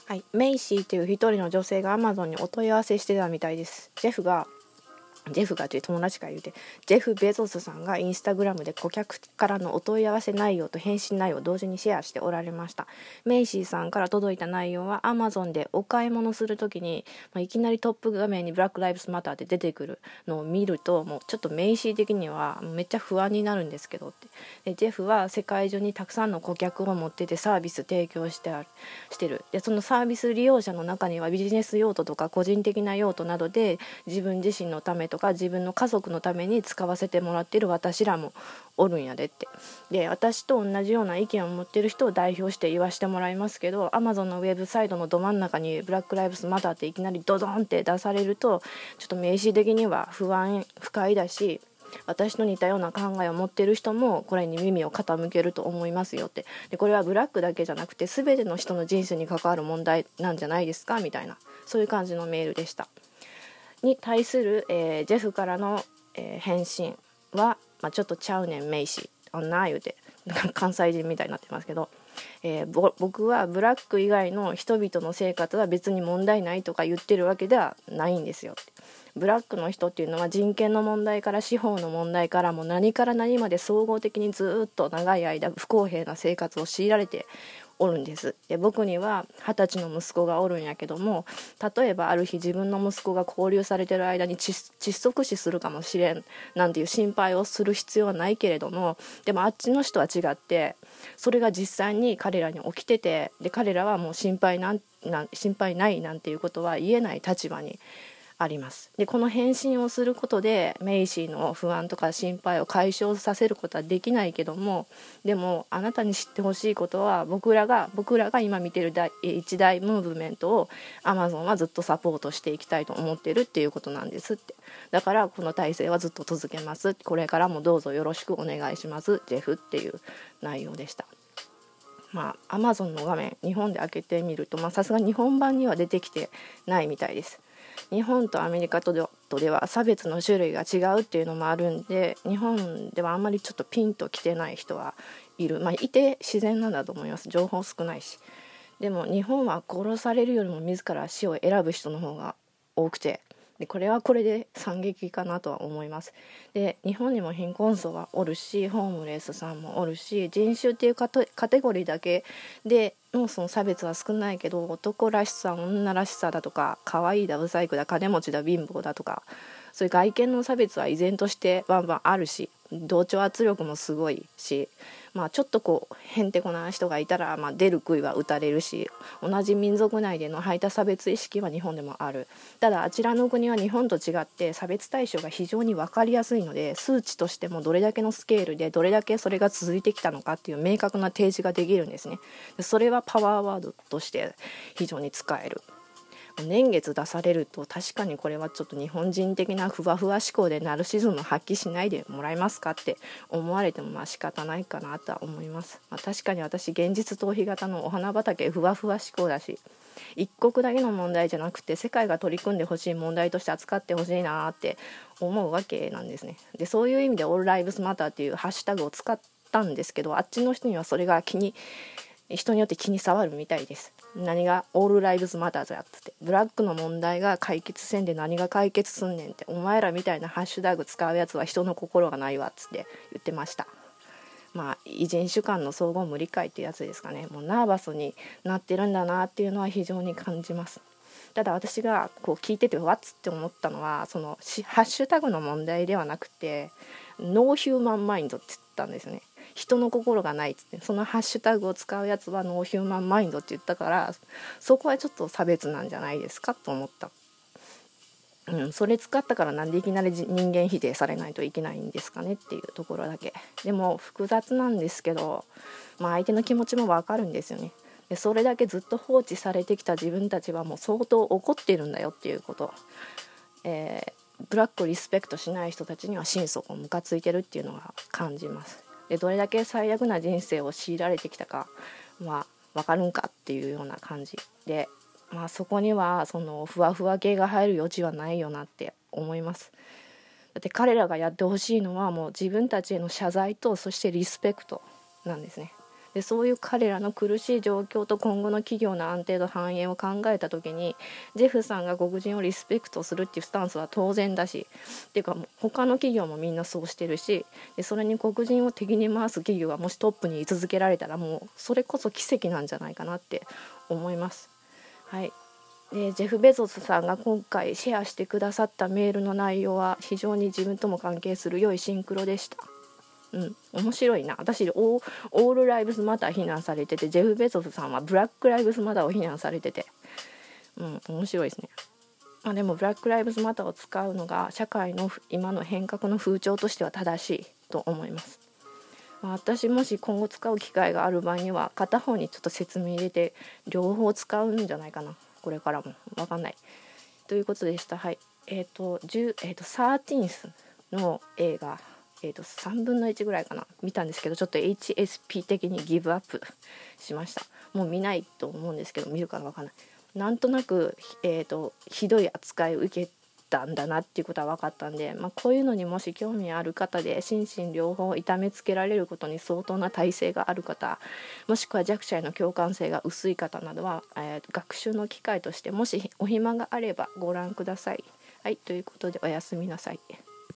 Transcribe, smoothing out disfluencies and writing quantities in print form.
はい、メイシーという一人の女性が Amazon にお問い合わせしてたみたいです。ジェフがという友達から言うて、ジェフ・ベゾスさんがインスタグラムで顧客からのお問い合わせ内容と返信内容を同時にシェアしておられました。メイシーさんから届いた内容は Amazon でお買い物するときに、いきなりトップ画面にブラック・ライブズ・マターって出てくるのを見ると、もうちょっとメイシー的にはめっちゃ不安になるんですけどって。でジェフは世界中にたくさんの顧客を持っててサービス提供してる。でそのサービス利用者の中にはビジネス用途とか個人的な用途などで自分自身のためとか自分の家族のために使わせてもらっている私らもおるんやでって。で私と同じような意見を持っている人を代表して言わせてもらいますけど、 Amazon のウェブサイトのど真ん中にブラックライブズマターっていきなりドドンって出されると、ちょっと名詞的には不快だし、私と似たような考えを持っている人もこれに耳を傾けると思いますよって。でこれはブラックだけじゃなくて全ての人の人生に関わる問題なんじゃないですかみたいな、そういう感じのメールでした。に対する、ジェフからの、返信は、ちょっとちゃうねんメイシーあんな言うて関西人みたいになってますけど、僕はブラック以外の人々の生活は別に問題ないとか言ってるわけではないんですよって。ブラックの人っていうのは人権の問題から司法の問題からも何から何まで総合的にずっと長い間不公平な生活を強いられておるんです。で僕には20歳の息子がおるんやけども、例えばある日自分の息子が拘留されてる間に窒息死するかもしれんなんていう心配をする必要はないけれども、でもあっちの人は違ってそれが実際に彼らに起きてて、で彼らはもう心配ないなんていうことは言えない立場にあります。でこの返信をすることでメイシーの不安とか心配を解消させることはできないけども、でもあなたに知ってほしいことは僕らが今見てる一大ムーブメントを Amazon はずっとサポートしていきたいと思ってるっていうことなんですって。だからこの体制はずっと続けます、これからもどうぞよろしくお願いしますジェフっていう内容でした。Amazon の画面日本で開けてみるとさすが日本版には出てきてないみたいです。日本とアメリカとでは差別の種類が違うっていうのもあるんで、日本ではあんまりちょっとピンときてない人はいる、いて自然なんだと思います。情報少ないし。でも日本は殺されるよりも自ら死を選ぶ人の方が多くて、でこれはこれで惨劇かなとは思います。で日本にも貧困層はおるし、ホームレスさんもおるし、人種っていうカテゴリーだけでのその差別は少ないけど、男らしさ女らしさだとか可愛いだブサイクだ金持ちだ貧乏だとか、そういう外見の差別は依然としてバンバンあるし、同調圧力もすごいし、ちょっとへんてこな人がいたら、出る杭は打たれるし、同じ民族内での排他差別意識は日本でもある。ただあちらの国は日本と違って差別対象が非常に分かりやすいので、数値としてもどれだけのスケールでどれだけそれが続いてきたのかっていう明確な提示ができるんですね。それはパワーワードとして非常に使える。年月出されると確かにこれはちょっと日本人的なふわふわ思考でナルシズム発揮しないでもらえますかって思われても仕方ないかなとは思います。確かに私現実逃避型のお花畑ふわふわ思考だし、一国だけの問題じゃなくて世界が取り組んでほしい問題として扱ってほしいなって思うわけなんですね。でそういう意味でオールライブスマターっていうハッシュタグを使ったんですけど、あっちの人にはそれが人によって気に障るみたいです。何がオールライブズマターズやってブラックの問題が解決せんで何が解決すんねんって、お前らみたいなハッシュタグ使うやつは人の心がないわっつって言ってました。異人種間の相互無理解ってやつですかね。もうナーバスになってるんだなっていうのは非常に感じます。ただ私が聞いててわっつって思ったのは、そのハッシュタグの問題ではなくてノーヒューマンマインドって言ったんですね。人の心がないっつって、そのハッシュタグを使うやつはノーヒューマンマインドって言ったから、そこはちょっと差別なんじゃないですかと思った。それ使ったからなんでいきなり人間否定されないといけないんですかねっていうところだけ。でも複雑なんですけど、相手の気持ちも分かるんですよね。でそれだけずっと放置されてきた自分たちはもう相当怒っているんだよっていうこと、ブラックをリスペクトしない人たちには心底ムカついてるっていうのが感じます。でどれだけ最悪な人生を強いられてきたか分かるんかっていうような感じで、そこにはそのふわふわ系が入る余地はないよなって思います。だって彼らがやってほしいのはもう自分たちへの謝罪とそしてリスペクトなんですね。 でそういう彼らの苦しい状況と今後の企業の安定と繁栄を考えた時にジェフさんが黒人をリスペクトするっていうスタンスは当然だし、っていうかもう他の企業もみんなそうしてるし、でそれに黒人を敵に回す企業がもしトップに居続けられたらもうそれこそ奇跡なんじゃないかなって思います。はい。でジェフ・ベゾスさんが今回シェアしてくださったメールの内容は非常に自分とも関係する良いシンクロでした。面白いな。私オールライブズマター非難されてて、ジェフ・ベゾスさんはブラックライブズマターを非難されてて、面白いですね。でもブラックライブズマターを使うのが社会の今の変革の風潮としては正しいと思います。私もし今後使う機会がある場合には片方にちょっと説明入れて両方使うんじゃないかな、これからも分かんないということでした。はい。13th の映画3分の1ぐらいかな見たんですけど、ちょっと HSP 的にギブアップしました。もう見ないと思うんですけど、見るかな分かんない。なんとなく、ひどい扱いを受けたんだなっていうことは分かったんで、こういうのにもし興味ある方で心身両方痛めつけられることに相当な耐性がある方、もしくは弱者への共感性が薄い方などは、学習の機会としてもしお暇があればご覧ください。はい、ということでおやすみなさい。